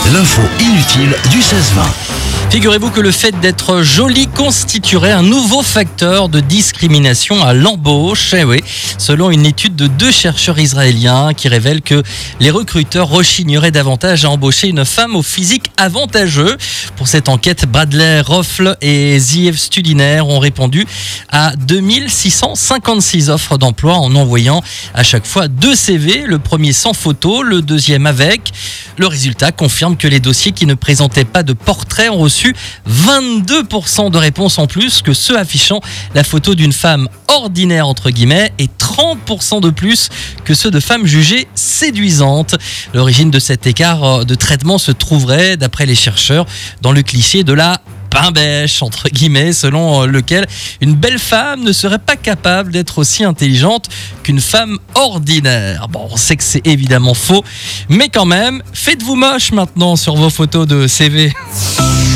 L'info inutile du 16-20. Figurez-vous que le fait d'être joli constituerait un nouveau facteur de discrimination à l'embauche. Eh oui, selon une étude de 2 chercheurs israéliens qui révèle que les recruteurs rechigneraient davantage à embaucher une femme au physique avantageux. Pour cette enquête, Bradley Roffle et Ziev Studiner ont répondu à 2656 offres d'emploi en envoyant à chaque fois 2 CV, le premier sans photo, le deuxième avec. Le résultat confirme que les dossiers qui ne présentaient pas de portrait ont reçu 22% de réponses en plus que ceux affichant la photo d'une femme ordinaire entre guillemets et 30% de plus que ceux de femmes jugées séduisantes. L'origine de cet écart de traitement se trouverait, d'après les chercheurs, dans le cliché de la pain bêche, entre guillemets, selon lequel une belle femme ne serait pas capable d'être aussi intelligente qu'une femme ordinaire. Bon, on sait que c'est évidemment faux, mais quand même, faites-vous moche maintenant sur vos photos de CV.